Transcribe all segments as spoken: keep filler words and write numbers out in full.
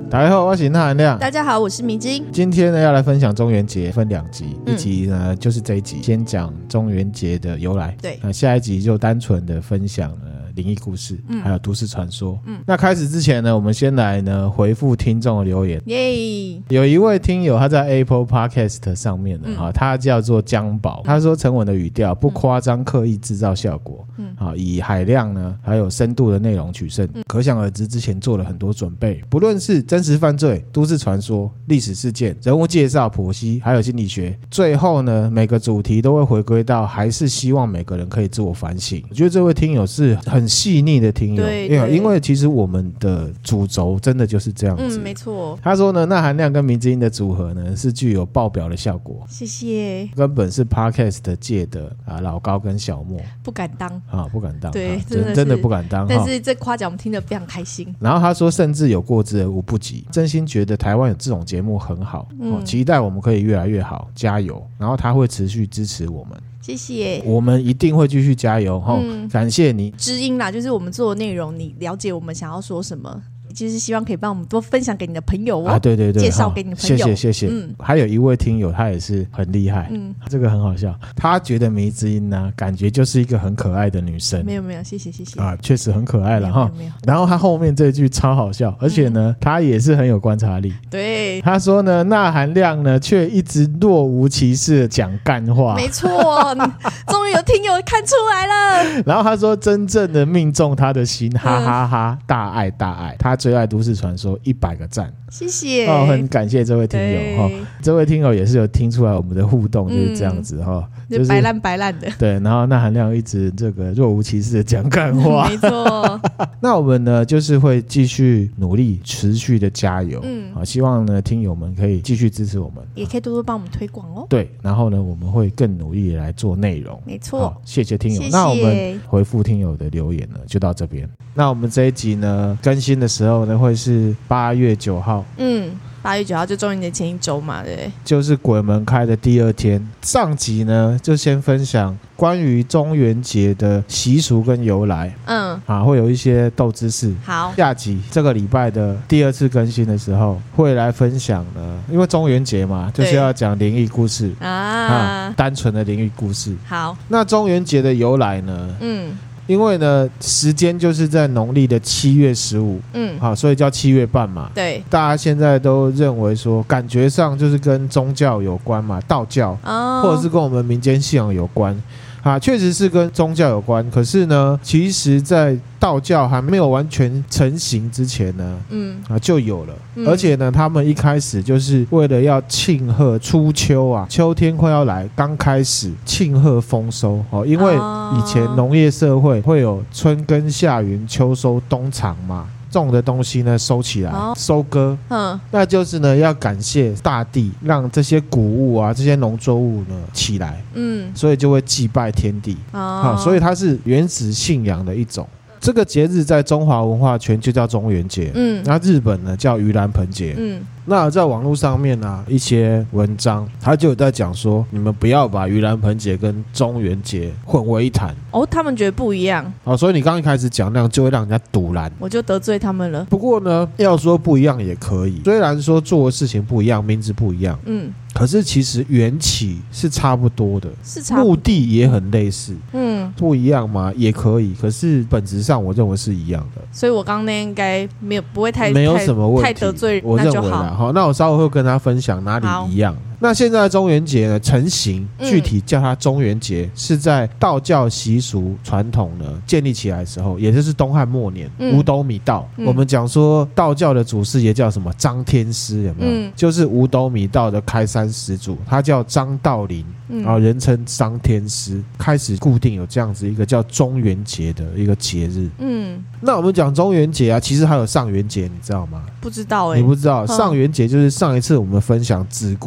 大家好，我是那含亮。 大家好，我是迷津。 今天呢要来分享中元节，分两集、嗯、一集呢就是这一集先讲中元节的由来， 对， 那下一集就单纯的分享了灵异故事、嗯、还有都市传说。嗯，那开始之前呢，我们先来呢回复听众的留言。耶，有一位听友他在 Apple Podcast 上面呢、嗯啊、他叫做江宝，他说沉稳的语调，不夸张，刻意制造效果。嗯，啊，以海量呢还有深度的内容取胜、嗯、可想而知之前做了很多准备，不论是真实犯罪、都市传说、历史事件、人物介绍、剖析还有心理学，最后呢每个主题都会回归到还是希望每个人可以自我反省。我觉得这位听友是很细腻的听友， 对对， 因为其实我们的主轴真的就是这样子。 嗯，没错。 他说呢，那含量跟明之音的组合呢是具有爆表的效果。 谢谢。根本是 Podcast 界的啊老高跟小莫， 不敢当啊，不敢当， 对， 啊、 真的真的不敢当。 但是这夸奖我们听得非常开心。 然后他说，甚至有过之而无不及，真心觉得台湾有这种节目很好、嗯哦、期待我们可以越来越好，加油。然后他会持续支持我们。 谢谢， 我们一定会继续加油、哦嗯、感谢你。 知音啦，就是我们做的内容，你了解我们想要说什么，就是希望可以帮我们多分享给你的朋友哦。啊，对对对，介绍给你的朋友。 谢谢谢谢。嗯，还有一位听友，他也是很厉害。嗯，这个很好笑。他觉得迷之音呢，感觉就是一个很可爱的女生。 没有没有，谢谢谢谢。 啊，确实很可爱了哈。 没有。 然后他后面这句超好笑，而且呢，嗯、他也是很有观察力。 对， 他说呢，那含量呢，却一直若无其事的讲干话。 没错，终于有听友看出来了。 然后他说，真正的命中他的心，哈哈哈哈，大爱大爱。他最爱都市传说，一百个赞。 谢谢、 哦、很感谢这位听友、哦、这位听友也是有听出来我们的互动就是这样子、嗯哦、 就是白烂白烂的。对， 然后那含量一直这个若无其事的讲干话。 没错。 那我们呢就是会继续努力持续的加油、嗯哦、希望呢听友们可以继续支持我们， 也可以多多帮我们推广哦。 对，然后呢我们会更努力来做内容。 没错、哦、 谢谢听友。 谢谢。 那我们回复听友的留言呢就到这边。那我们这一集呢更新的时候呢会是八月九号。 嗯，八月九号就中元节前一周嘛，对不对？ 就是鬼门开的第二天。上集呢就先分享关于中元节的习俗跟由来，嗯，啊，会有一些斗知识。 好， 下集这个礼拜的第二次更新的时候会来分享呢，因为中元节嘛，就是要讲灵异故事 啊, 啊，单纯的灵异故事。 好， 那中元节的由来呢？嗯。因为呢，时间就是在农历的七月十五，嗯，好，所以叫七月半嘛。 对， 大家现在都认为说，感觉上就是跟宗教有关嘛，道教，哦，或者是跟我们民间信仰有关。啊，确实是跟宗教有关，可是呢，其实在道教还没有完全成型之前呢，嗯，啊就有了，嗯，而且呢，他们一开始就是为了要庆贺初秋啊，秋天快要来，刚开始庆贺丰收哦，因为以前农业社会会有春耕夏耘秋收冬藏嘛。种的东西呢收起来、哦、收割，嗯，那就是呢要感谢大地，让这些谷物啊这些农作物呢起来，嗯，所以就会祭拜天地，哦，所以它是原始信仰的一种。这个节日在中华文化圈就叫中元节，嗯，那日本呢叫盂兰盆节，嗯，那在网络上面啊一些文章他就有在讲说，你们不要把盂兰盆节跟中元节混为一谈哦，他们觉得不一样哦，所以你刚一开始讲那样就会让人家堵拦， 我就得罪他们了。 不过呢要说不一样也可以，虽然说做的事情不一样，名字不一样，嗯，可是其实缘起是差不多的， 是差不多， 目的也很类似，嗯，不一样吗？也可以，可是本质上我认为是一样的。 所以我刚刚那应该没有不会太没有什么问题， 太得罪， 我认为啦。好，那我稍微会跟他分享哪里一样。那现在中元节呢成型，具体叫它中元节、嗯、是在道教习俗传统呢建立起来的时候，也就是东汉末年、嗯、五斗米道、嗯、我们讲说道教的祖师爷叫什么张天师，有没有、嗯、就是五斗米道的开山始祖，他叫张道陵，然后人称张天师，开始固定有这样子一个叫中元节的一个节日。嗯，那我们讲中元节啊，其实还有上元节，你知道吗？ 不知道哎、欸， 你不知道上元节就是上一次我们分享子姑，就是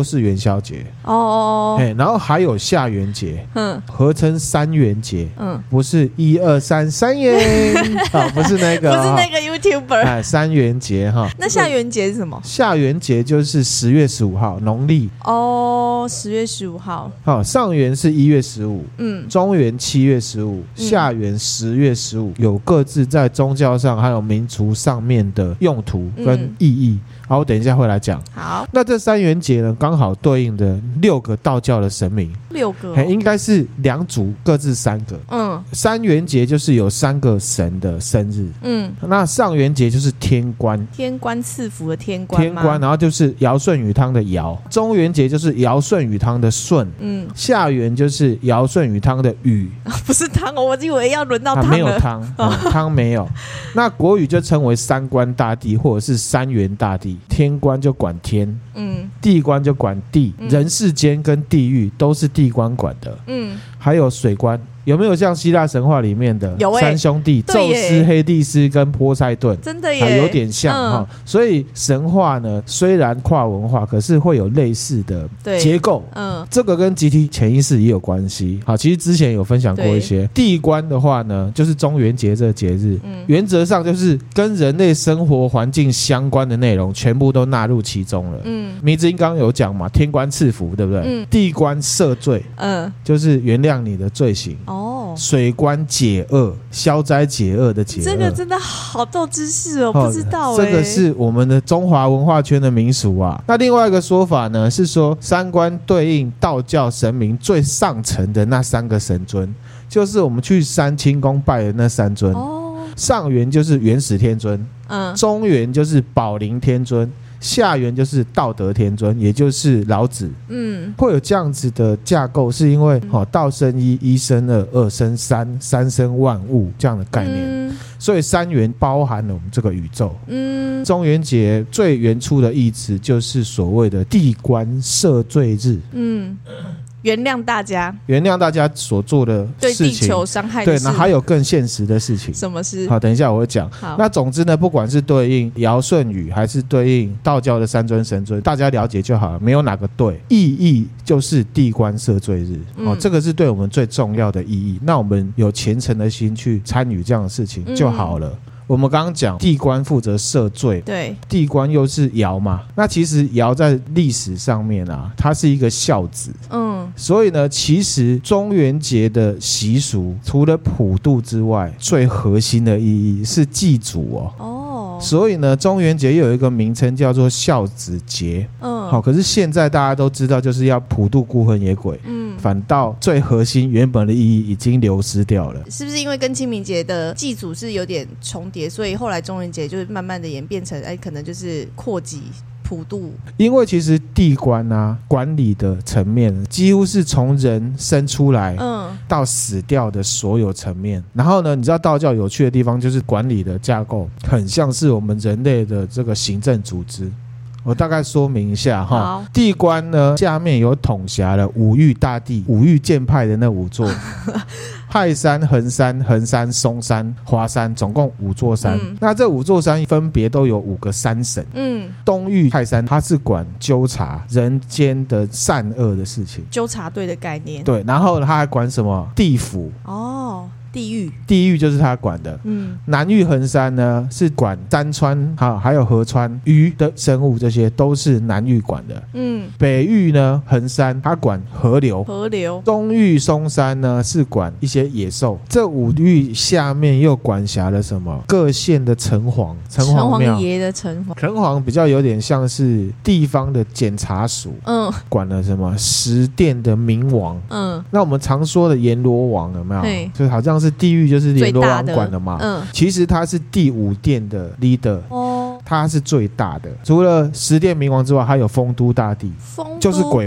就是元宵节哦。嘿，然后还有下元节，嗯，合称三元节，嗯，不是一二三三元啊，不是那个， 不是那个 YouTuber， 哎，三元节哈。 那下元节是什么？ 下元节就是十月十五号，农历哦，十月十五号。 好，上元是一月十五，嗯，中元七月十五，下元十月十五，有各自在宗教上还有民俗上面的用途跟意义。嗯，好，我等一下会来讲。 好， 那这三元节呢，刚好对应的六个道教的神明， 六个、哦， 应该是两组各自三个。嗯，三元节就是有三个神的生日。嗯，那上元节就是天官， 天官赐福的天官， 天官，然后就是尧舜禹汤的尧。中元节就是尧舜禹汤的舜。嗯，下元就是尧舜禹汤的禹， 不是汤哦，我以为要轮到汤了。 啊、没有汤，嗯、汤没有。那国语就称为三官大帝，或者是三元大帝。天官就管天，嗯，地官就管地，嗯、人世间跟地狱都是地官管的，嗯，还有水官。有没有像希腊神话里面的三兄弟、欸、宙斯、黑帝斯跟波塞顿？ 真的耶， 啊、有点像哈、嗯。所以神话呢，虽然跨文化，可是会有类似的结构。嗯，这个跟集体潜意识也有关系。好，其实之前有分享过一些。地官的话呢，就是中元节这个节日，嗯、原则上就是跟人类生活环境相关的内容，全部都纳入其中了。嗯，迷之音刚刚有讲嘛，天官赐福，对不对？嗯，地官赦罪，嗯，就是原谅你的罪行。哦，水官解厄，消灾解厄的解厄， 这个真的好斗知识哦，不知道、 欸、这个是我们的中华文化圈的民俗啊。那另外一个说法呢，是说三官对应道教神明最上层的那三个神尊，就是我们去三清宫拜的那三尊。哦，上元就是元始天尊，嗯，中元就是宝灵天尊，下元就是道德天尊，也就是老子。嗯，会有这样子的架构，是因为、哦、道生一，一生二，二生三，三生万物这样的概念。嗯，所以三元包含了我们这个宇宙。嗯，中元节最原初的意思就是所谓的地官赦罪日。嗯， 原谅大家， 原谅大家所做的事情， 对地球伤害的事。 对，那还有更现实的事情。 什么事？ 好，等一下我会讲。那总之呢，不管是对应尧舜禹，还是对应道教的三尊神尊，大家了解就好了，没有哪个对。意义就是地官赦罪日。嗯、哦，这个是对我们最重要的意义。那我们有虔诚的心去参与这样的事情就好了。嗯，我们刚刚讲地官负责赦罪， 对， 地官又是尧嘛，那其实尧在历史上面啊，他是一个孝子，嗯，所以呢，其实中元节的习俗除了普渡之外，最核心的意义是祭祖哦。哦，所以呢，中元节又有一个名称叫做孝子节，嗯，好，可是现在大家都知道，就是要普渡孤魂野鬼，嗯，反倒最核心原本的意义已经流失掉了。 是不是因为跟清明节的祭祖是有点重叠？所以后来中元节就是慢慢的演变成，哎，可能就是扩及普渡。 因为其实地官啊，管理的层面几乎是从人生出来，嗯，到死掉的所有层面。然后呢，你知道道教有趣的地方就是管理的架构很像是我们人类的这个行政组织。我大概说明一下哈，地官呢下面有统辖了五域大地，五域剑派的那五座，泰山、衡山、衡山、嵩山、华山，总共五座山。嗯、那这五座山分别都有五个山神。嗯，东域泰山它是管纠察人间的善恶的事情， 纠察队的概念。 对，然后他还管什么？地府。哦。 地狱， 地狱就是他管的。嗯，南域衡山呢是管山川，好，还有河川、鱼的生物，这些都是南域管的。嗯，北域呢衡山，他管河流， 河流。 中域嵩山呢是管一些野兽。这五域下面又管辖了什么？各县的城隍，城隍庙，城隍爷的城隍， 城隍比较有点像是地方的检察署。嗯，管了什么？十殿的明王。嗯，那我们常说的阎罗王有没有？就好像是地狱就是阎罗王管的嘛，嗯，其实他是第五殿的 leader， 哦，他是最大的。除了十殿明王之外，还有酆都大帝，酆都就是鬼王。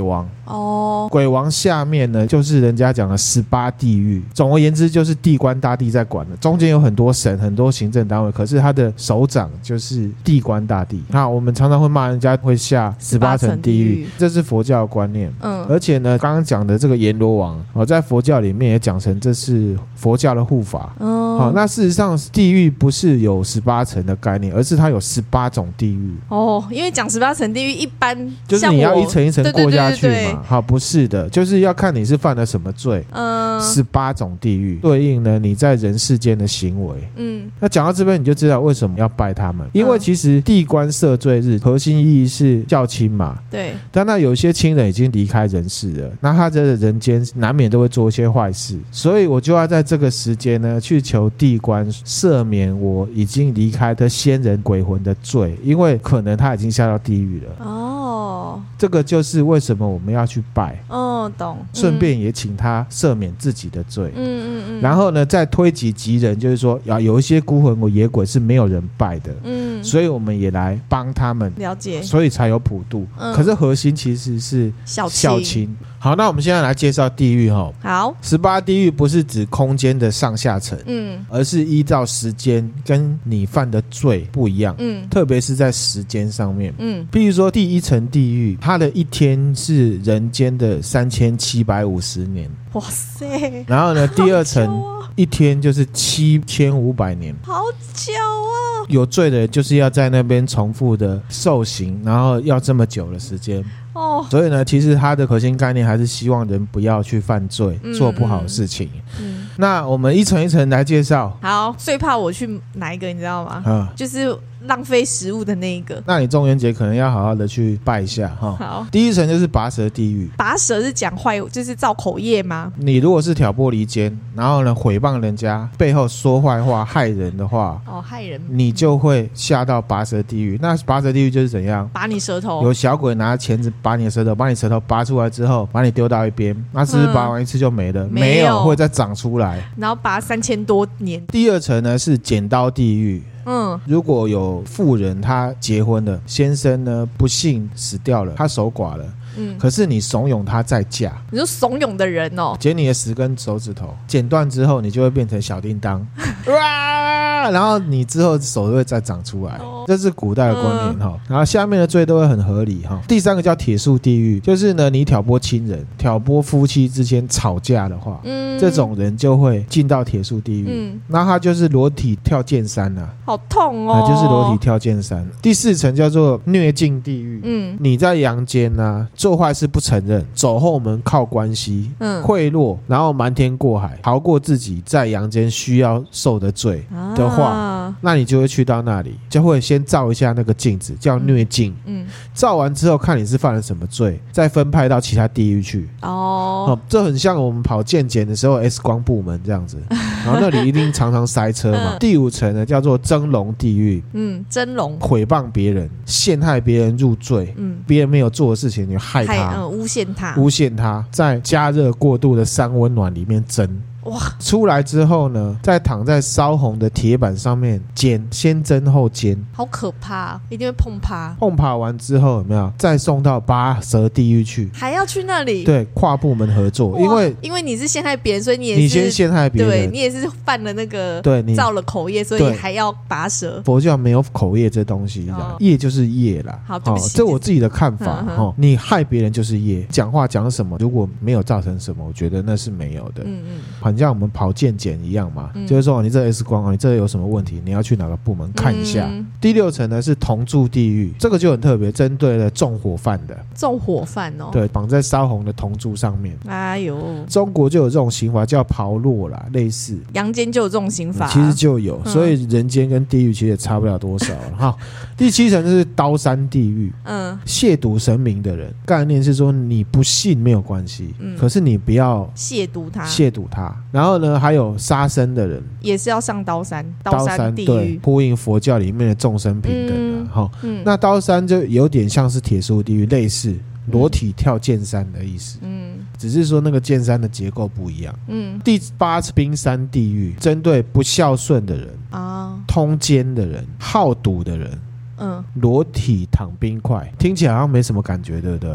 哦，鬼王下面呢，就是人家讲的十八地狱。总而言之，就是地官大帝在管的，中间有很多神、很多行政单位，可是他的首长就是地官大帝。那我们常常会骂人家会下十八层地狱，这是佛教的观念。嗯，而且呢，刚刚讲的这个阎罗王，哦，在佛教里面也讲成这是佛教的护法。哦，好，那事实上地狱不是有十八层的概念，而是它有十八种地狱。 哦，因为讲十八层地狱，一般就是你要一层一层过下去嘛。好，不是的，就是要看你是犯了什么罪。嗯，十八种地狱对应呢你在人世间的行为。嗯，那讲到这边你就知道为什么要拜他们，因为其实地官赦罪日核心意义是教亲嘛。对，但那有些亲人已经离开人世了，那他在人间难免都会做一些坏事，所以我就要在这个时间呢去求地官赦免我已经离开的先人鬼魂的罪，因为可能他已经下到地狱了。哦，这个就是为什么我们要去拜。哦，懂。顺便也请他赦免自己的罪。嗯嗯嗯。然后呢，再推己及人，就是说，有一些孤魂或野鬼是没有人拜的。嗯。所以我们也来帮他们。了解。所以才有普渡。嗯。可是核心其实是孝亲。孝亲。好，那我们现在来介绍地狱哈。好。十八地狱不是指空间的上下层，嗯，而是依照时间跟你犯的罪不一样，嗯，特别是在时间上面，嗯，比如说第一层地狱，它的一天是人间的三千七百五十年，哇塞！然后呢，第二层、哦、一天就是七千五百年，好久哦。有罪的人就是要在那边重复的受刑，然后要这么久的时间。哦，所以呢，其实它的核心概念还是希望人不要去犯罪，嗯、做不好的事情。嗯，那我们一层一层来介绍。好，最怕我去哪一个，你知道吗？嗯，就是浪费食物的那一个。那你中元节可能要好好的去拜一下哈。好，第一层就是拔舌地狱。拔舌是讲坏，就是造口业吗？你如果是挑拨离间，然后呢毁谤人家，背后说坏话害人的话，哦，害人，你就会下到拔舌地狱。那拔舌地狱就是怎样？拔你舌头，有小鬼拿钳子拔你的舌头，把你舌头拔出来之后，把你丢到一边，那是不是拔完一次就没了？嗯、没有，会再长出来，然后拔三千多年。第二层呢是剪刀地狱。嗯，如果有妇人她结婚了，先生呢不幸死掉了，他守寡了。嗯，可是你怂恿他再嫁，你说怂恿的人哦，剪你的十根手指头，剪断之后你就会变成小叮当，哇！然后你之后手就会再长出来，哦、这是古代的观念哈、嗯。然后下面的罪都会很合理哈。第三个叫铁树地狱，就是呢你挑拨亲人、挑拨夫妻之间吵架的话，嗯，这种人就会进到铁树地狱。嗯，那他就是裸体跳剑山啊，好痛哦，就是裸体跳剑山。第四层叫做虐境地狱，嗯，你在阳间啊。做坏事不承认，走后门靠关系，嗯，贿赂，然后瞒天过海，逃过自己在阳间需要受的罪的话、啊，那你就会去到那里，就会先照一下那个镜子，叫虐镜。嗯，照完之后看你是犯了什么罪，再分派到其他地狱去。哦，哦这很像我们跑健检的时候 X 光部门这样子，然后那里一定常常塞车嘛。嗯、第五层呢叫做蒸笼地狱，嗯，蒸笼，毁谤别人，陷害别人入罪，嗯，别人没有做的事情你害他、嗯，诬陷他，诬陷他，在加热过度的三温暖里面蒸。哇！出来之后呢，再躺在烧红的铁板上面煎，先蒸后煎，好可怕，一定会碰趴。碰趴完之后有没有再送到拔舌地狱去？还要去那里？对，跨部门合作，因为因为你是陷害别人，所以你也是你先陷害别人，对你也是犯了那个对你造了口业，所以还要拔舌。佛教没有口业这东西，哦、业就是业啦。好，对不起，哦、这我自己的看法哈、嗯哦。你害别人就是业，讲话讲什么，如果没有造成什么，我觉得那是没有的。嗯嗯。很像我们跑健检一样嘛、嗯、就是说你这 X 光、哦、你这有什么问题你要去哪个部门看一下、嗯、第六层呢是同住地狱，这个就很特别，针对了纵火犯的。纵火犯哦，对，绑在烧红的铜柱上面。哎呦，中国就有这种刑罚叫炮烙啦，类似阳间就有这种刑罚、啊、其实就有、嗯、所以人间跟地狱其实也差不了多少了哈。第七层就是刀山地狱，嗯，亵渎神明的人，概念是说你不信没有关系、嗯、可是你不要亵渎他亵渎他。然后呢还有杀生的人也是要上刀山，刀山地狱，对，呼应佛教里面的众生平等啊、嗯嗯、那刀山就有点像是铁树地狱，类似裸体跳剑山的意思，嗯，只是说那个剑山的结构不一样。嗯，第八冰山地狱针对不孝顺的人啊，通奸的人，好赌的人，嗯，裸体躺冰块，听起来好像没什么感觉，对不对？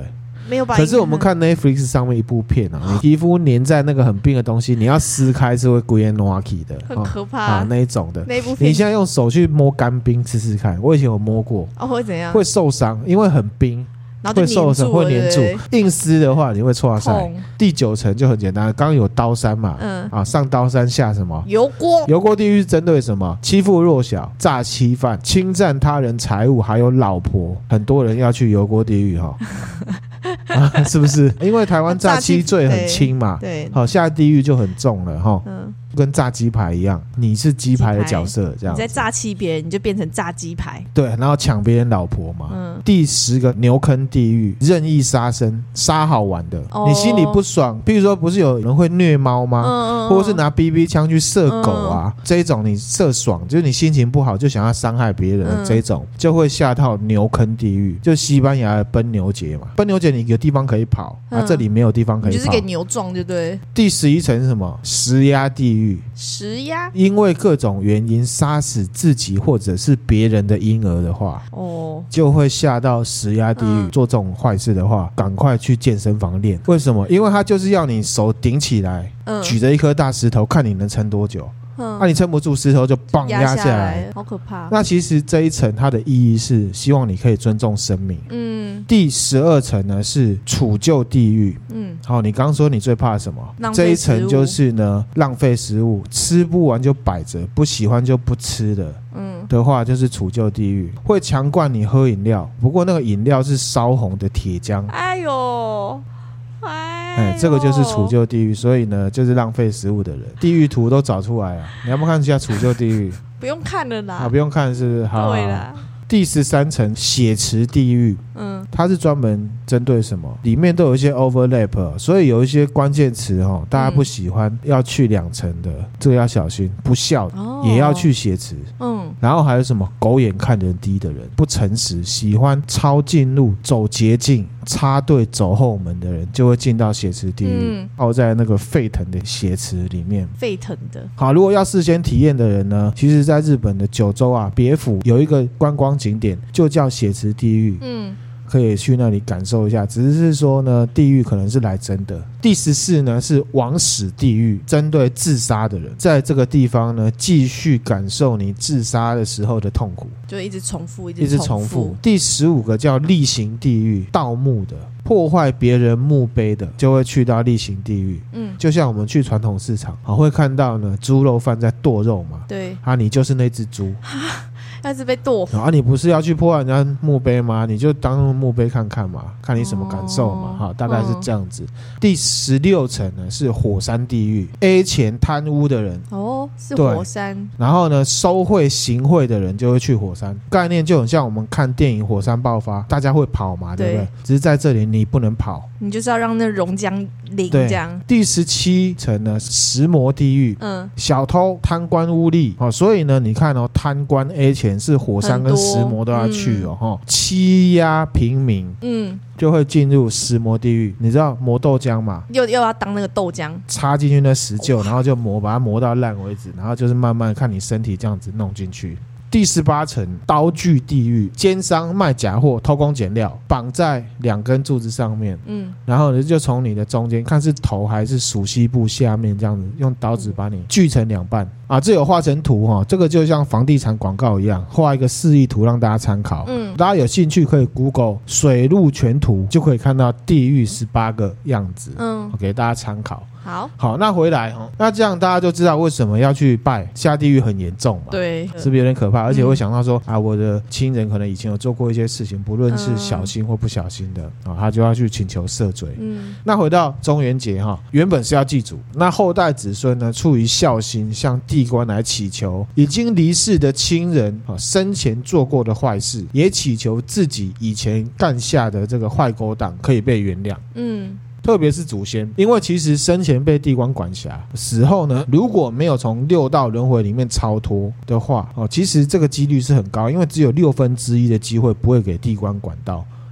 没有把。 可是我们看 Netflix 上面一部片啊，你皮肤粘在那个很冰的东西，你要撕开是会龟烟 Noaki 的， 很可怕、 啊、那一种的。 那一部片你现在用手去摸干冰试试看，我以前有摸过， 哦，会怎样？ 会受伤，因为很冰。 然后就会受伤，会黏住。 对对硬撕的话，你会挫伤。第九层就很简单，刚刚有刀山嘛，嗯啊，上刀山下什么？ 油锅。油锅地狱是针对什么？欺负弱小、诈欺犯、侵占他人财物，还有老婆。很多人要去油锅地狱哈。啊、是不是？因为台湾诈欺罪很轻嘛， 对， 好、哦、下地狱就很重了哈。嗯，跟炸鸡排一样，你是鸡排的角色，这样你在诈欺别人，你就变成炸鸡排。 对，然后抢别人老婆嘛。嗯。第十个牛坑地狱，任意杀生，杀好玩的，哦、你心里不爽。比如说，不是有人会虐猫吗？嗯、或者是拿 B B 枪去射狗啊，嗯、这一种你射爽，就是你心情不好就想要伤害别人的、嗯、这一种，就会下到牛坑地狱，就西班牙的奔牛节嘛。奔牛节你有地方可以跑，嗯、啊，这里没有地方可以跑， 就是给牛撞，对不对？ 第十一层是什么？石压地狱。 石压， 因为各种原因杀死自己或者是别人的婴儿的话，哦，就会下到石压地狱。嗯、做这种坏事的话，赶快去健身房练。为什么？因为他就是要你手顶起来，嗯、举着一颗大石头，看你能撑多久。那、嗯啊、你撑不住，石头就棒压下来， 好可怕。 那其实这一层它的意义是希望你可以尊重生命。嗯，第十二层呢是处救地狱。嗯，好，你刚刚说你最怕什么？这一层就是呢浪费食物，吃不完就摆着，不喜欢就不吃的。嗯，的话就是处救地狱，会强灌你喝饮料，不过那个饮料是烧红的铁浆。 哎呦！ 哎，这个就是处救地狱，所以呢，就是浪费食物的人。地狱图都找出来了，你要不看一下处救地狱？ 不用看了啦， 啊，不用看是不是？好， 对啦。 第十三层血池地狱，嗯，它是专门针对什么？里面都有一些 overlap， 所以有一些关键词哦，大家不喜欢，嗯、要去两层的，这个要小心。不孝、哦、也要去血池，嗯，然后还有什么狗眼看人低的人，不诚实，喜欢抄近路、走捷径、插队走后门的人，就会进到血池地狱，泡、嗯、在那个沸腾的血池里面。 沸腾的。 好，如果要事先体验的人呢，其实在日本的九州啊别府有一个观光景点就叫血池地狱，嗯，可以去那里感受一下。只是说呢，地狱可能是来真的。第十四呢是枉死地狱，针对自杀的人，在这个地方呢继续感受你自杀的时候的痛苦， 就一直重复，一直重复。 重复。第十五个叫厉行地狱，盗墓的。破坏别人墓碑的就会去到厉行地狱。嗯，就像我们去传统市场啊，会看到呢猪肉贩在剁肉嘛。 对啊，你就是那只猪。 但是被剁啊！你不是要去破坏人家墓碑吗？你就当墓碑看看嘛，看你什么感受嘛。哈、哦，大概是这样子。嗯、第十六层呢是火山地狱 ，A 钱贪污的人哦，是火山。 然后呢，收贿行贿的人就会去火山，概念就很像我们看电影《火山爆发》，大家会跑嘛，对不对？只是在这里你不能跑， 你就是要让那熔浆淋这样。 第十七层呢，石魔地狱，嗯，小偷、贪官污吏，哦，所以呢，你看哦，贪官 A 钱。是火山跟石魔都要去哦，嗯、欺压平民，嗯，就会进入石魔地狱。你知道磨豆浆吗？ 又又要当那个豆浆， 插进去那石臼，然后就磨，把它磨到烂为止，然后就是慢慢看你身体这样子弄进去。第十八层刀具地狱，奸商卖假货、偷工减料，绑在两根柱子上面，嗯，然后呢就从你的中间看是头还是属膝部下面这样子，用刀子把你锯成两半啊。这有画成图哈、哦，这个就像房地产广告一样，画一个示意图让大家参考。嗯，大家有兴趣可以 Google 水陆全图，就可以看到地狱十八个样子，嗯，给大家参考。 好， 好，那回来哦，那这样大家就知道为什么要去拜，下地狱很严重嘛， 对， 是不是有点可怕？而且会想到说、嗯、啊，我的亲人可能以前有做过一些事情，不论是小心或不小心的、嗯、啊，他就要去请求赦罪。嗯，那回到中元节哈，原本是要祭祖，那后代子孙呢，出于孝心向地官来祈求已经离世的亲人啊生前做过的坏事，也祈求自己以前干下的这个坏勾当可以被原谅。嗯。特别是祖先，因为其实生前被地官管辖，死后呢，如果没有从六道轮回里面超脱的话，哦，其实这个几率是很高，因为只有六分之一的机会不会给地官管到。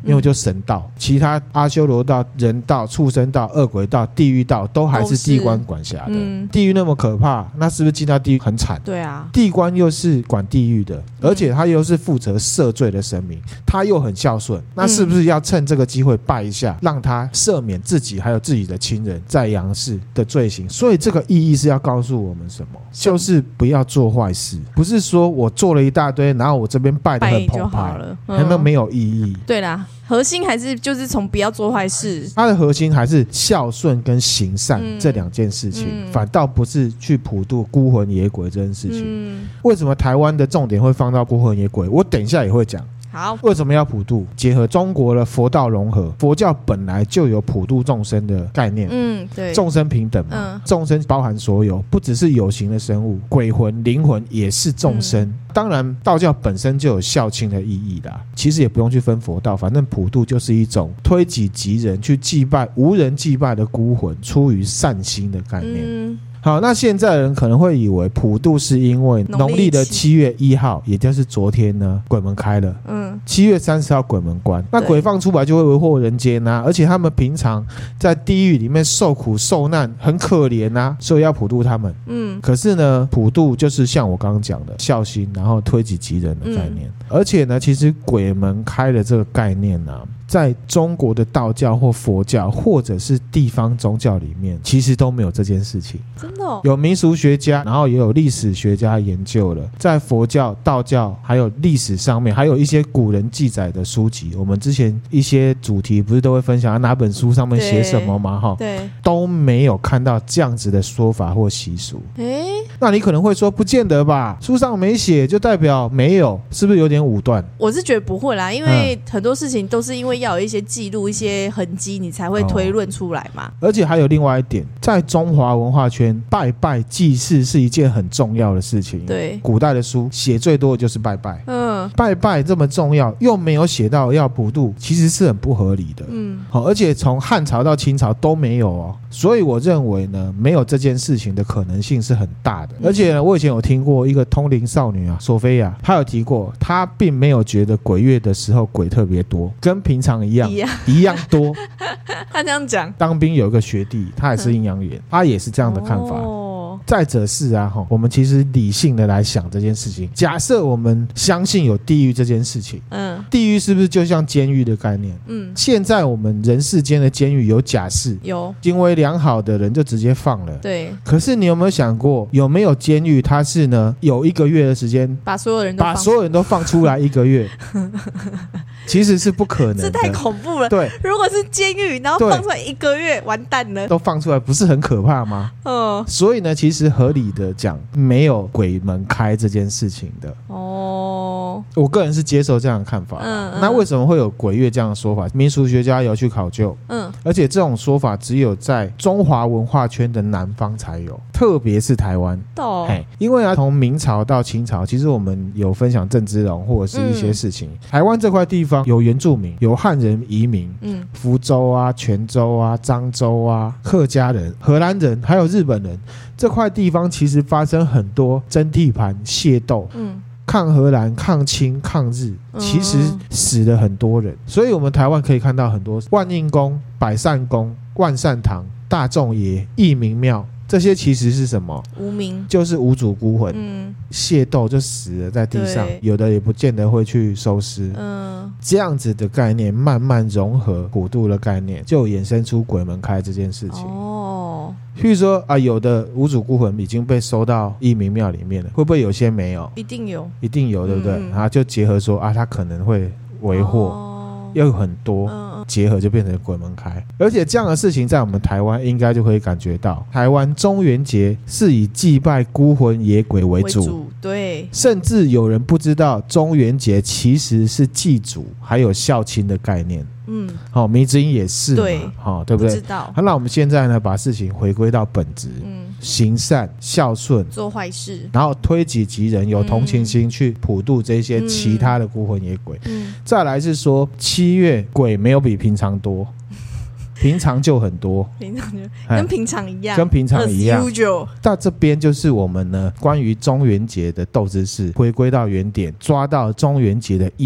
因为就神道，其他阿修罗道、人道、畜生道、恶鬼道、地狱道都还是地官管辖的、嗯、地狱那么可怕，那是不是进到地狱很惨？ 对啊， 地官又是管地狱的，而且他又是负责赦罪的神明，他又很孝顺，那是不是要趁这个机会拜一下，让他赦免自己还有自己的亲人在阳世的罪行？所以这个意义是要告诉我们什么？就是不要做坏事，不是说我做了一大堆，然后我这边拜得很澎湃了，嗯、那没有意义。 对啦，核心还是就是从不要做坏事， 它的核心还是孝顺跟行善、嗯、这两件事情、嗯、反倒不是去普渡孤魂野鬼这件事情、嗯、为什么台湾的重点会放到孤魂野鬼？我等一下也会讲。 好， 为什么要普渡？结合中国的佛道融合，佛教本来就有普渡众生的概念， 嗯，对， 众生平等嘛，嗯，众生包含所有，不只是有形的生物，鬼魂、灵魂也是众生。嗯，当然，道教本身就有孝亲的意义啦，其实也不用去分佛道，反正普渡就是一种推己及人，去祭拜无人祭拜的孤魂，出于善心的概念。嗯，好，那现在人可能会以为普渡是因为农历的七月一号，也就是昨天呢，鬼门开了。嗯，七月三十号鬼门关，那鬼放出来就会为祸人间啊，而且他们平常在地狱里面受苦受难，很可怜啊，所以要普渡他们。嗯，可是呢，普渡就是像我刚刚讲的孝心，然后推己及人的概念。嗯，而且呢，其实鬼门开的这个概念呢、啊，在中国的道教或佛教或者是地方宗教里面，其实都没有这件事情。 真的哦？ 有民俗学家，然后也有历史学家研究了，在佛教、道教还有历史上面，还有一些古人记载的书籍，我们之前一些主题不是都会分享哪本书上面写什么吗？哈， 对， 都没有看到这样子的说法或习俗。 诶， 那你可能会说，不见得吧？书上没写就代表没有，是不是有点武断？ 我是觉得不会啦，因为很多事情都是因为要有一些记录、一些痕迹，你才会推论出来嘛。 而且还有另外一点，在中华文化圈，拜拜祭祀是一件很重要的事情。 对， 古代的书写最多的就是拜拜。 嗯， 拜拜这么重要，又没有写到要普渡，其实是很不合理的。嗯，好，而且从汉朝到清朝都没有哦，所以我认为呢，没有这件事情的可能性是很大的。而且呢，我以前有听过一个通灵少女啊，索菲亚，她有提过，她并没有觉得鬼月的时候鬼特别多，跟平常一样一样, 一样多。 她这样讲。 当兵有一个学弟，他也是阴阳眼，他也是这样的看法。哦，再者是啊，我们其实理性的来想这件事情，假设我们相信有地狱这件事情，嗯，地狱是不是就像监狱的概念？嗯，现在我们人世间的监狱有假释， 有行为良好的人就直接放了， 对。 可是你有没有想过，有没有监狱它是呢有一个月的时间把所有人都把所有人都放出来一个月？其实是不可能的， 这太恐怖了。 对， 如果是监狱，然后放出来一个月，完蛋了。 都放出来，不是很可怕吗？嗯。所以呢，其实合理的讲，没有鬼门开这件事情的。哦，我个人是接受这样的看法。嗯, 嗯。那为什么会有鬼月这样的说法？民俗学家有去考究。嗯。而且这种说法只有在中华文化圈的南方才有，特别是台湾。 哦。 因为啊，从明朝到清朝，其实我们有分享郑芝龙或者是一些事情。嗯、台湾这块地方有原住民，有汉人移民，嗯，福州啊、泉州啊、漳州啊、客家人、荷兰人，还有日本人。这块地方其实发生很多争地盘、械斗，嗯，抗荷兰、抗清、抗日，其实死了很多人。所以我们台湾可以看到很多万应宫、百善宫、万善堂、大众爷、义民庙。这些其实是什么？ 无名， 就是无主孤魂，嗯，械斗就死了在地上，有的也不见得会去收尸，嗯，这样子的概念慢慢融合普渡的概念，就衍生出鬼门开这件事情。哦，譬如说啊，有的无主孤魂已经被收到义民庙里面了，会不会有些没有？ 一定有， 一定有，对不对？嗯、然后就结合说啊，他可能会为祸。哦，又有很多结合就变成鬼门开，而且这样的事情在我们台湾应该就可以感觉到，台湾中元节是以祭拜孤魂野鬼为主，为主， 对， 甚至有人不知道中元节其实是祭祖还有孝亲的概念。嗯，好、哦，迷之音也是嘛， 对， 好、哦，对不对？ 不知道。 好，那我们现在呢，把事情回归到本质，嗯，行善、孝顺， 做坏事， 然后推己及人，有同情心去普渡这些其他的孤魂野鬼。嗯，再来是说，七月鬼没有比平常多。平常就很多， 平常就跟平常一样， 跟平常一样。 usual 到这边就是我们呢关于中元节的斗知识，回归到原点，抓到中元节的意义。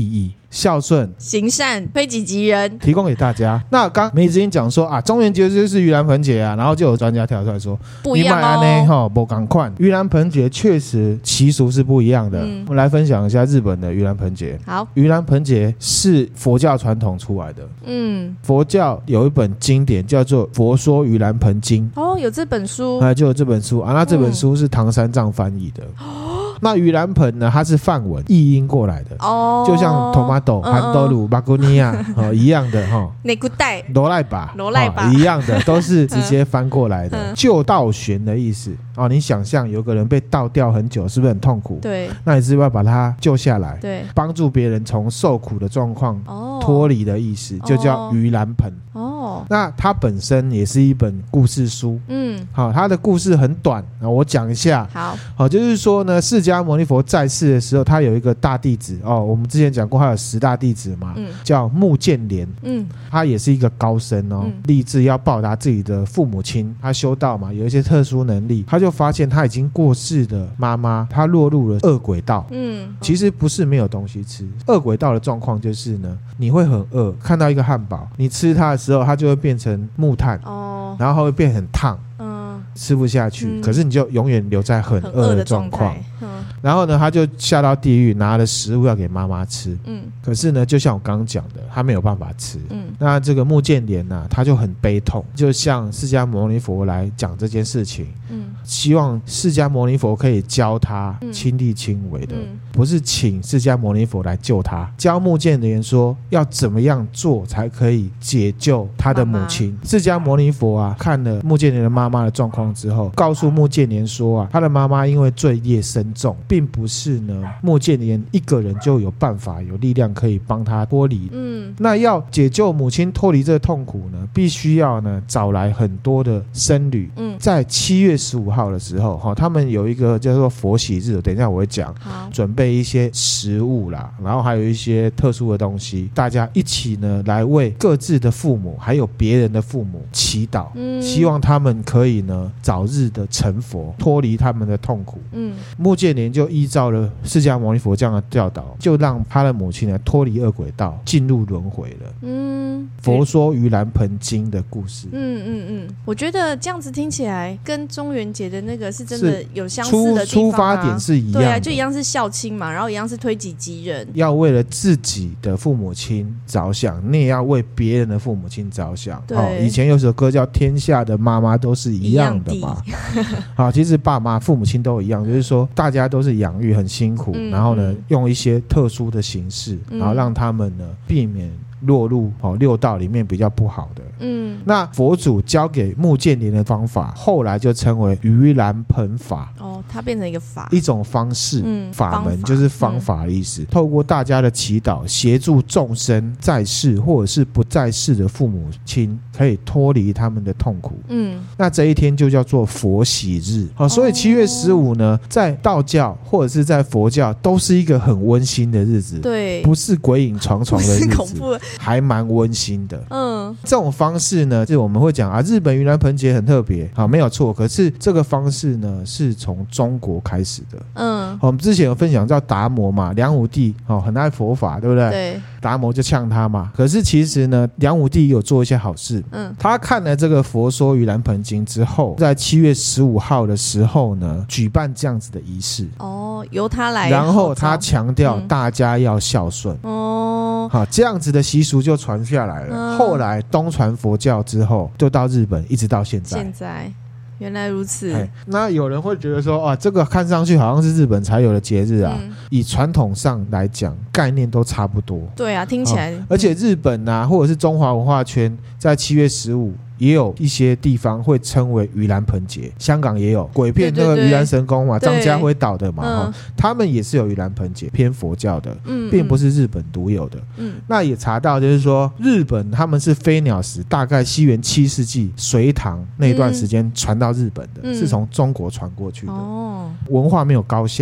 孝顺、 行善、推己及人， 提供给大家。那刚梅子英讲说啊，中元节就是盂兰盆节啊，然后就有专家跳出来说不一样哦，不赶快，盂兰盆节确实习俗是不一样的。嗯、我们来分享一下日本的盂兰盆节。 好， 盂兰盆节是佛教传统出来的。嗯，佛教有一本经典叫做《佛说盂兰盆经》。 哦，有这本书， 啊，就有这本书啊。那这本书是唐三藏翻译的。哦。那盂兰盆呢？它是梵文译音过来的，哦，就像 tomato、韩多鲁、马古尼亚一样的哈。 内古代、 罗赖吧、 罗赖吧一样的，都是直接翻过来的。救倒悬的意思哦，你想象有个人被倒吊很久，是不是很痛苦？ 对， 那你是不是要把他救下来？ 对， 帮助别人从受苦的状况脱离的意思，就叫盂兰盆。哦，那它本身也是一本故事书。嗯，好，它的故事很短啊，我讲一下。 好， 好，就是说呢，释迦牟尼佛在世的时候，他有一个大弟子哦，我们之前讲过，他有十大弟子嘛，嗯、叫目犍连。嗯，他也是一个高僧哦，嗯、立志要报答自己的父母亲。他修道嘛，有一些特殊能力，他就发现他已经过世的妈妈，他落入了恶鬼道。嗯，其实不是没有东西吃，恶鬼道的状况就是呢，你会很饿，看到一个汉堡，你吃它的时候，它就会变成木炭，哦，然后会变很烫。吃不下去、嗯、可是你就永远留在很饿的状况、嗯、然后呢他就下到地狱拿了食物要给妈妈吃、嗯、可是呢就像我刚刚讲的他没有办法吃、嗯、那这个目犍连啊他就很悲痛，就向释迦牟尼佛来讲这件事情、嗯、希望释迦牟尼佛可以教他亲力亲为的、嗯、不是请释迦牟尼佛来救他，教目犍连说要怎么样做才可以解救他的母亲。释迦牟尼佛啊看了目犍连的妈妈的状况之后，告诉目犍连说啊，他的妈妈因为罪业深重，并不是呢目犍连一个人就有办法有力量可以帮他脱离。嗯，那要解救母亲脱离这个痛苦呢，必须要呢找来很多的僧侣。嗯，在七月十五号的时候，哈、哦，他们有一个叫做佛喜日，等一下我会讲，准备一些食物啦，然后还有一些特殊的东西，大家一起呢来为各自的父母还有别人的父母祈祷，嗯、希望他们可以呢早日的成佛，脱离他们的痛苦。嗯，目犍连就依照了释迦牟尼佛这样的教导，就让他的母亲呢脱离恶鬼道，进入轮回了。嗯，佛说盂兰盆经的故事。嗯嗯嗯，我觉得这样子听起来跟中元节的那个是真的有相似的地方、啊、 出, 出发点是一样的， 对啊，就一样是孝亲嘛，然后一样是推己及人， 要为了自己的父母亲着想，你也要为别人的父母亲着想。对、哦，以前有首歌叫《天下的妈妈都是一样的》嘛。好，其实爸妈父母亲都一样，就是说大家都是养育很辛苦、嗯、然后呢用一些特殊的形式、嗯、然后让他们呢避免落入、哦、六道里面比较不好的。嗯，那佛祖教给目犍连的方法后来就称为盂兰盆法。 哦，它变成一个法， 一种方式、嗯、法门，就是方法的意思、嗯、透过大家的祈祷协助众生在世或者是不在世的父母亲可以脱离他们的痛苦。嗯，那这一天就叫做佛喜日。好、哦，所以七月十五呢在道教或者是在佛教都是一个很温馨的日子。对，不是鬼影重重的日子，不是恐怖的，还蛮温馨的。嗯，这种方式呢就是我们会讲啊，日本盂兰盆节很特别，好，没有错。可是这个方式呢是从中国开始的。嗯，我们之前有分享叫达摩嘛，梁武帝、哦、很爱佛法，对不对？对，达摩就呛他嘛。可是其实呢梁武帝有做一些好事。嗯，他看了这个佛说盂兰盆经之后，在七月十五号的时候呢举办这样子的仪式。 哦，由他来， 然后他强调大家要孝顺。嗯、哦，好，这样子的习俗就传下来了。嗯、后来东传佛教之后就到日本，一直到现在。 现在原来如此。 那有人会觉得说啊，这个看上去好像是日本才有的节日啊。嗯、以传统上来讲概念都差不多。 对啊，听起来、 哦、而且日本啊或者是中华文化圈在七月十五也有一些地方会称为盂兰盆节，香港也有鬼片那个盂兰神功嘛，张家辉导的嘛、嗯、他们也是有盂兰盆节，偏佛教的、嗯、并不是日本独有的、嗯、那也查到就是说日本他们是飞鸟时大概西元七世纪隋唐那段时间传到日本的、嗯、是从中国传过去的、哦、文化没有高下啦，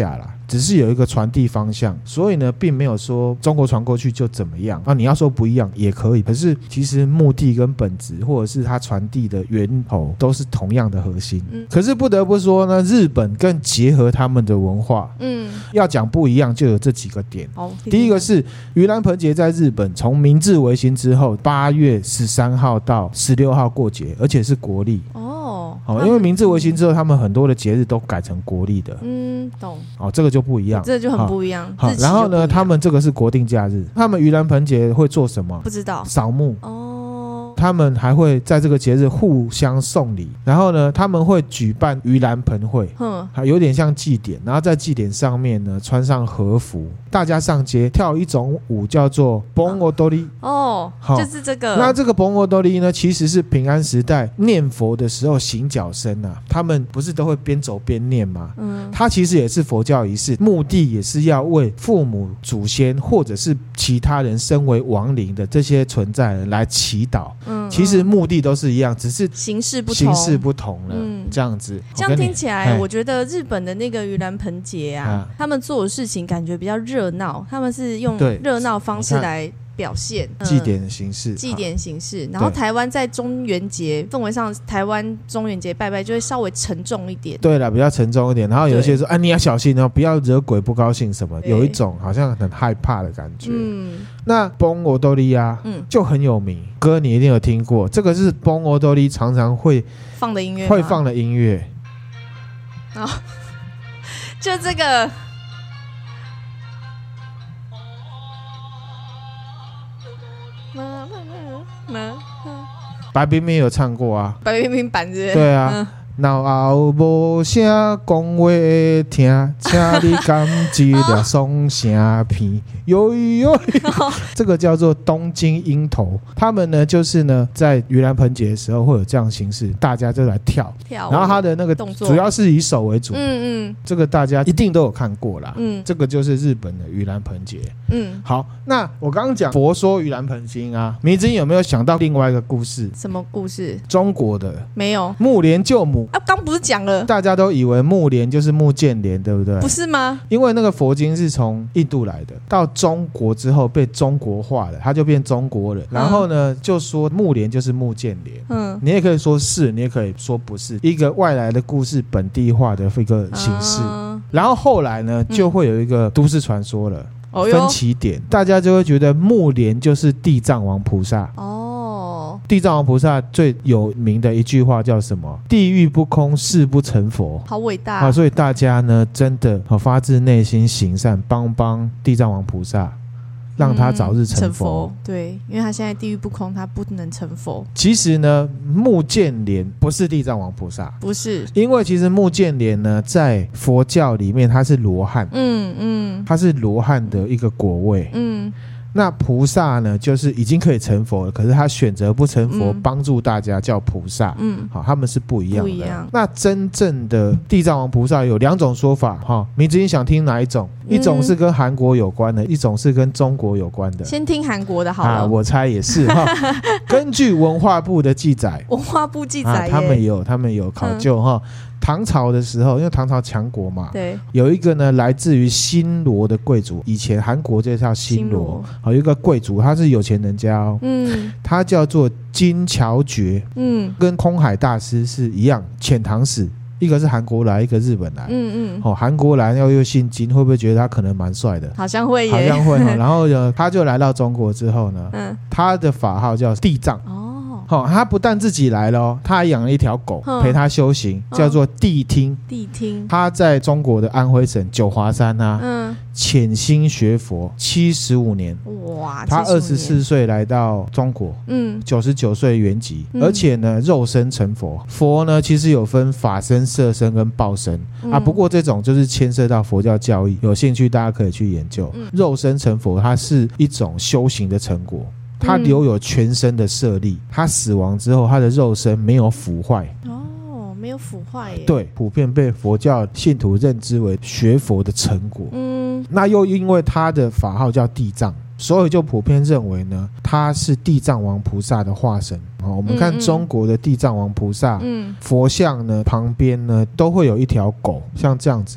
只是有一个传递方向，所以呢并没有说中国传过去就怎么样啊。你要说不一样也可以，可是其实目的跟本质或者是它传递的源头都是同样的核心、嗯、可是不得不说呢，日本更结合他们的文化，嗯，要讲不一样就有这几个点、哦、第一个是盂兰盆节在日本从明治维新之后八月十三号到十六号过节，而且是国历哦，哦，因为明治维新之后他们很多的节日都改成国历的，嗯，懂，哦，这个就不一样， 这个就很不一样。好， 然后呢他们这个是国定假日，他们盂兰盆节会做什么？ 不知道， 扫墓哦，他们还会在这个节日互相送礼，然后呢他们会举办盂兰盆会，嗯，有点像祭典，然后在祭典上面呢穿上和服，大家上街跳一种舞叫做 Bon Odori 哦，就是这个。 那这个 Bon Odori 呢其实是平安时代念佛的时候行脚声啊，他们不是都会边走边念吗？嗯，它其实也是佛教仪式，目的也是要为父母祖先或者是其他人身为亡灵的这些存在人来祈祷，嗯，其实目的都是一样，只是形式不同， 形式不同了，嗯，这样子。 这样听起来我觉得日本的那个盂兰盆节啊，他们做的事情感觉比较热闹，他们是用热闹方式来表现祭典的形式、嗯、 祭典形式，然后台湾在中元节氛围上，台湾中元节拜拜就会稍微沉重一点， 对了，比较沉重一点，然后有些说啊你要小心哦，不要惹鬼不高兴什么，有一种好像很害怕的感觉。嗯，那 Bon Odori 啊、嗯、就很有名，歌你一定有听过，这个是 Bon Odori 常常会放的音乐， 会放的音乐、 哦、就这个白冰冰有唱过啊， 白冰冰版是， 对啊、嗯，闹后无声讲话会听，请你甘蔗了送声片，哟哟，这个叫做东京鹰头。他们呢，就是呢，在盂兰盆节的时候会有这样的形式，大家就来跳，跳然后他的那个主要是以手为主，嗯嗯，这个大家一定都有看过啦，嗯，这个就是日本的盂兰盆节，嗯，好，那我刚刚讲佛说盂兰盆经啊，迷之音有没有想到另外一个故事？ 什么故事？ 中国的没有， 目连救母。 啊，刚不是讲了？ 大家都以为目连就是目犍连，对不对？ 不是吗？ 因为那个佛经是从印度来的，到中国之后被中国化了，他就变中国人。然后呢，嗯、就说目连就是目犍连。嗯，你也可以说是，你也可以说不是，一个外来的故事本地化的一个形式。嗯、然后后来呢，就会有一个都市传说了。嗯、分歧点，大家就会觉得目连就是地藏王菩萨。哦，地藏王菩萨最有名的一句话叫什么？地狱不空，誓不成佛。 好伟大啊！所以大家呢，真的好发自内心行善，帮帮地藏王菩萨，让他早日成佛。嗯、成佛对，因为他现在地狱不空，他不能成佛。 其实呢，目犍连不是地藏王菩萨， 不是， 因为其实目犍连呢，在佛教里面他是罗汉，嗯嗯，他是罗汉的一个果位，嗯。那菩萨呢，就是已经可以成佛了，可是他选择不成佛，嗯、帮助大家叫菩萨。嗯，好，他们是不一样的。不一样。那真正的地藏王菩萨有两种说法，哈，明子你想听哪一种？嗯、一种是跟韩国有关的，一种是跟中国有关的。 先听韩国的好了。啊， 我猜也是哈。根据文化部的记载， 文化部记载、啊， 他们有他们有考究哈。嗯，唐朝的时候，因为唐朝强国嘛， 对， 有一个呢来自于新罗的贵族，以前韩国就叫新罗，好，有一个贵族，他是有钱人家哦，嗯，他叫做金乔觉，嗯，跟空海大师是一样，遣唐使，一个是韩国来，一个日本来，嗯嗯，哦，韩国来又又姓金，会不会觉得他可能蛮帅的？ 好像会耶， 好像会、哦。然后呢，他就来到中国之后呢，嗯，他的法号叫地藏。哦。哦、他不但自己来了、哦，他还养了一条狗、嗯、陪他修行，叫做谛听。 谛听，他在中国的安徽省九华山啊，嗯，潜心学佛七十五年。哇！他二十四岁来到中国，嗯，九十九岁圆寂、嗯，而且呢，肉身成佛。佛呢，其实有分法身、色身跟报身、嗯、啊。不过这种就是牵涉到佛教教义，有兴趣大家可以去研究。嗯、肉身成佛，它是一种修行的成果。他留有全身的舍利、嗯、他死亡之后他的肉身没有腐坏哦，没有腐坏耶。 对，普遍被佛教信徒认知为学佛的成果。嗯，那又因为他的法号叫地藏，所以就普遍认为呢他是地藏王菩萨的化身。哦、我们看中国的地藏王菩萨、嗯、佛像呢旁边呢都会有一条狗，像这样子的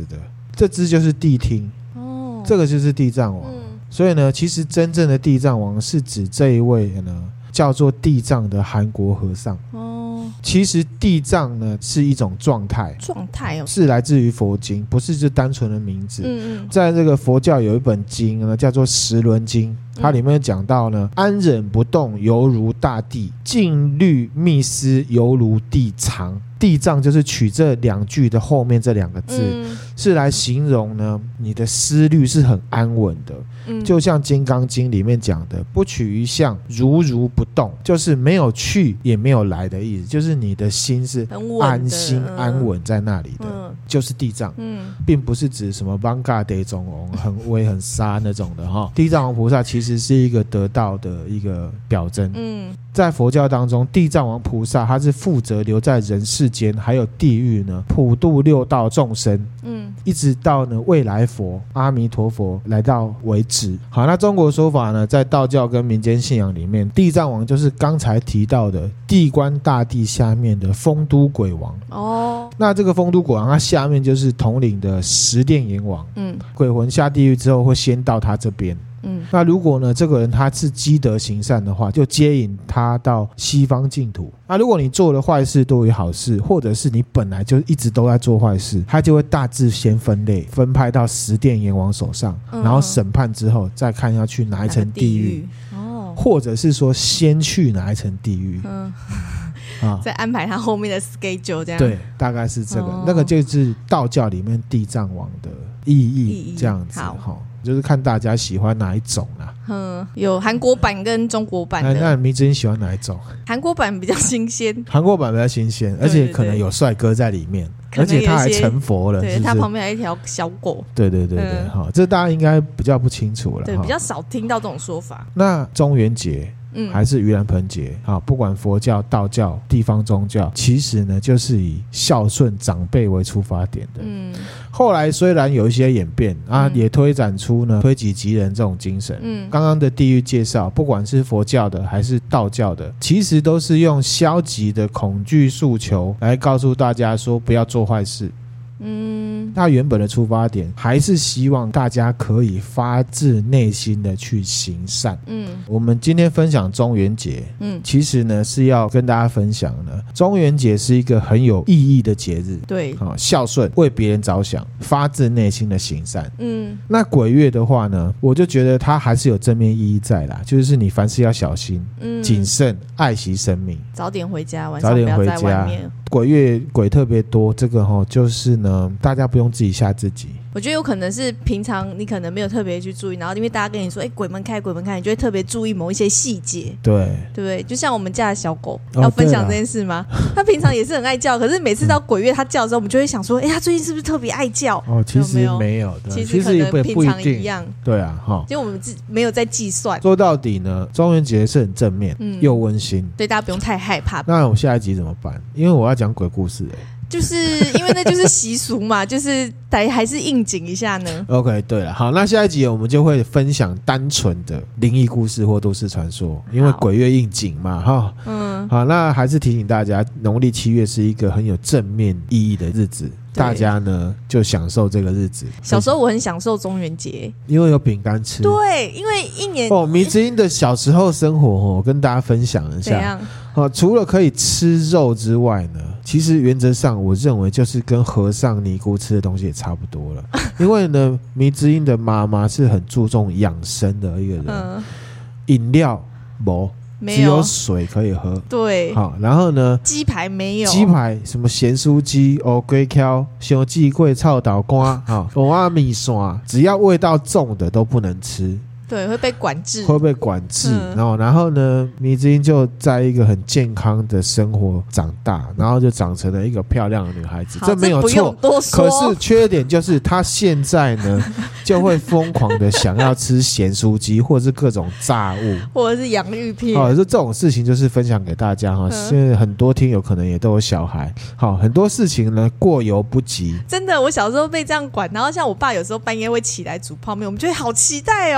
这只就是谛听，哦，这个就是地藏王。嗯，所以呢，其实真正的地藏王是指这一位呢，叫做地藏的韩国和尚。哦，其实地藏呢是一种状态， 状态哦， 是来自于佛经，不是就单纯的名字。嗯嗯，在这个佛教有一本经呢，叫做《十轮经》。它里面讲到呢，安忍不动犹如大地，静虑密思犹如地藏。地藏就是取这两句的后面这两个字，嗯，是来形容呢你的思虑是很安稳的。嗯，就像《金刚经》里面讲的，不取一相，如如不动，就是没有去也没有来的意思，就是你的心是安心安稳在那里的，嗯，就是地藏。嗯，并不是指什么邦嘎得中翁很威很杀那种的哈。地藏王菩萨其实是一个得道的一个表征。嗯，在佛教当中，地藏王菩萨他是负责留在人世间还有地狱呢，普度六道众生。嗯，一直到呢未来佛阿弥陀佛来到为止。好，那中国说法呢，在道教跟民间信仰里面，地藏王就是刚才提到的地官大帝下面的酆都鬼王。哦，那这个酆都鬼王，他下面就是统领的十殿阎王。嗯，鬼魂下地狱之后会先到他这边。嗯，那如果呢这个人他是积德行善的话，就接引他到西方净土。那如果你做了坏事多于好事，或者是你本来就一直都在做坏事，他就会大致先分类分派到十殿阎王手上，嗯，然后审判之后再看要去哪一层地狱，哦，或者是说先去哪一层地狱。嗯啊，再安排他后面的 schedule 这样。 对，大概是这个，哦，那个就是道教里面地藏王的意义这样子。好，就是看大家喜欢哪一种啦。 嗯，有韩国版跟中国版的。 那迷之音喜欢哪一种？ 韩国版比较新鲜， 韩国版比较新鲜，而且可能有帅哥在里面，而且他还成佛了， 对， 是不是？ 他旁边还有一条小狗。 对对对对，好，嗯，这大家应该比较不清楚了， 对，比较少听到这种说法。 那中元节。嗯，还是盂兰盆节啊，不管佛教、道教、地方宗教，其实呢就是以孝顺长辈为出发点的。嗯，后来虽然有一些演变啊，嗯，也推展出呢推己及人这种精神。嗯，刚刚的地狱介绍，不管是佛教的还是道教的，其实都是用消极的恐惧诉求来告诉大家说不要做坏事。嗯，他原本的出发点还是希望大家可以发自内心的去行善。嗯，我们今天分享中元节，嗯，其实呢是要跟大家分享呢，中元节是一个很有意义的节日。 对， 哦，孝顺，为别人着想，发自内心的行善。嗯，那鬼月的话呢，我就觉得它还是有正面意义在啦，就是你凡事要小心，嗯，谨慎，爱惜生命， 早点回家，晚上不要在外面。 鬼月鬼特别多，这个齁就是呢，大家不用自己吓自己。 我觉得有可能是平常你可能没有特别去注意，然后因为大家跟你说，哎、欸，鬼门开，鬼门开，你就会特别注意某一些细节。 对， 对不对？就像我们家的小狗，要分享这件事吗？它平常也是很爱叫，可是每次到鬼月它叫的时候，我们就会想说，哎、欸，它最近是不是特别爱叫？ 哦，其实没有， 其实可能平常一样。 对啊，哈， 就我们没有在计算。 说到底呢，中元节是很正面，嗯、又温馨， 对大家不用太害怕。 那我下一集怎么办？因为我要讲鬼故事、欸， 就是因为那就是习俗嘛，就是还还是应景一下呢。 OK， 对了，好，那下一集我们就会分享单纯的灵异故事或都市传说，因为鬼月应景嘛，哈，嗯，好，那还是提醒大家，农历七月是一个很有正面意义的日子。大家呢就享受这个日子。 小时候我很享受中元节， 因为有饼干吃。 对，因为一年哦，迷之音的小时候生活哦，我跟大家分享一下。怎样？哦，除了可以吃肉之外呢，其实原则上我认为就是跟和尚尼姑吃的东西也差不多了。因为呢，迷之音的妈妈是很注重养生的一个人，嗯、饮料没。只有水可以喝， 对， 好，然后呢， 鸡排没有， 鸡排什么咸酥鸡、哦龟壳、小鸡桂、臭豆干，好，蚵仔米线，只要味道重的都不能吃。 对，会被管制， 会被管制。嗯、然后，然后呢，迷之音就在一个很健康的生活长大，然后就长成了一个漂亮的女孩子。这没有错，可是缺点就是她现在呢，就会疯狂的想要吃咸酥鸡，或者是各种炸物， 或者是洋芋片。 哦，就这种事情就是分享给大家哈。现在很多听友可能也都有小孩，好，很多事情呢过犹不及。 真的，我小时候被这样管，然后像我爸有时候半夜会起来煮泡面，我们就会好期待哦。 就是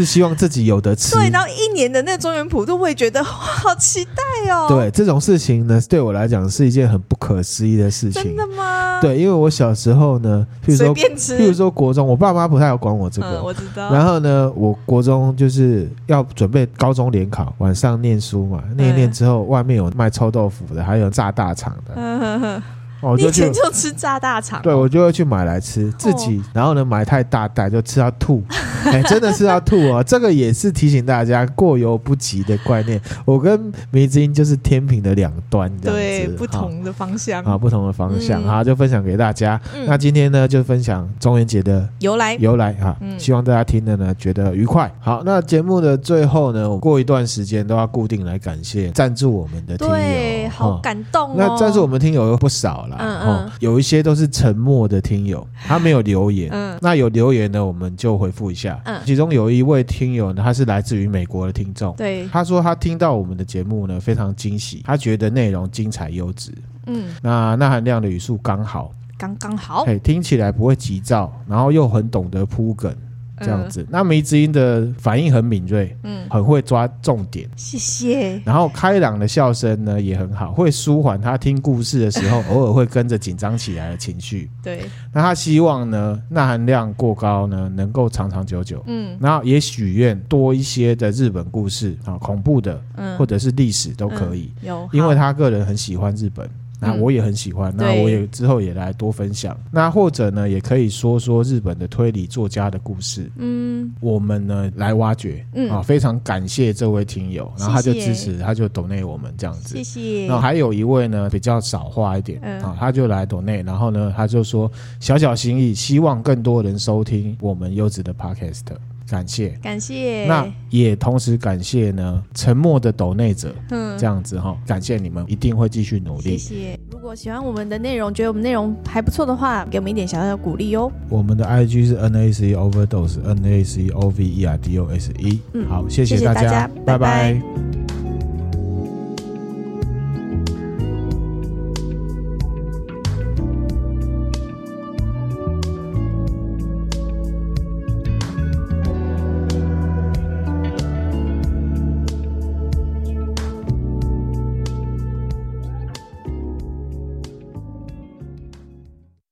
就是希望自己有得吃。 对，然后一年的那个中元普渡会觉得哇好期待哦。 对，这种事情呢对我来讲是一件很不可思议的事情。 真的吗？ 对，因为我小时候呢譬如说随便吃， 譬如说国中我爸妈不太有管我这个、 嗯、我知道。 然后呢我国中就是要准备高中联考，晚上念书嘛，念一念之后、嗯、外面有卖臭豆腐的，还有炸大肠的、嗯呵呵哦、你以前就吃炸大肠、哦、 对，我就会去买来吃自己、哦、然后呢买太大袋就吃到吐哎，真的吃到吐哦。这个也是提醒大家过犹不及的观念。我跟迷之音就是天平的两端这样子， 对，不同的方向啊，不同的方向、嗯、好，就分享给大家、嗯、那今天呢就分享中元节的由来由来哈、嗯，希望大家听的呢觉得愉快。好，那节目的最后呢，我过一段时间都要固定来感谢赞助我们的听友， 对，好感动哦。 那赞助我们听友有不少啦、嗯嗯哦、有一些都是沉默的听友，他没有留言、嗯、那有留言呢我们就回复一下、嗯、其中有一位听友呢，他是来自于美国的听众， 对， 他说他听到我们的节目呢非常惊喜，他觉得内容精彩优质，嗯，那钠含量的语速刚好刚刚好， 听起来不会急躁，然后又很懂得铺梗这样子、嗯、那迷之音的反应很敏锐，嗯，很会抓重点， 谢谢。 然后开朗的笑声呢也很好，会舒缓他听故事的时候偶尔会跟着紧张起来的情绪。 对， 那他希望呢钠含量过高呢能够长长久久，嗯，然后也许愿多一些的日本故事啊，恐怖的、嗯、或者是历史都可以、嗯、有，因为他个人很喜欢日本，那我也很喜欢、嗯、那我也之后也来多分享。那或者呢也可以说说日本的推理作家的故事，嗯，我们呢来挖掘、嗯啊、非常感谢这位听友，然后他就支持，他就 donate 我们这样子， 谢谢。 然后还有一位呢比较少话一点、嗯啊、他就来 donate， 然后呢他就说小小心意，希望更多人收听我们优质的 podcast，感谢感谢。 那也同时感谢呢沉默的抖内者，嗯，这样子哈，感谢你们，一定会继续努力， 谢谢。如果喜欢我们的内容，觉得我们内容还不错的话，给我们一点小小的鼓励哦。 我们的 I G 是 N A C Overdose N A C O V E R D O S E， 嗯，好，谢谢大家， 谢谢大家，拜拜。拜拜。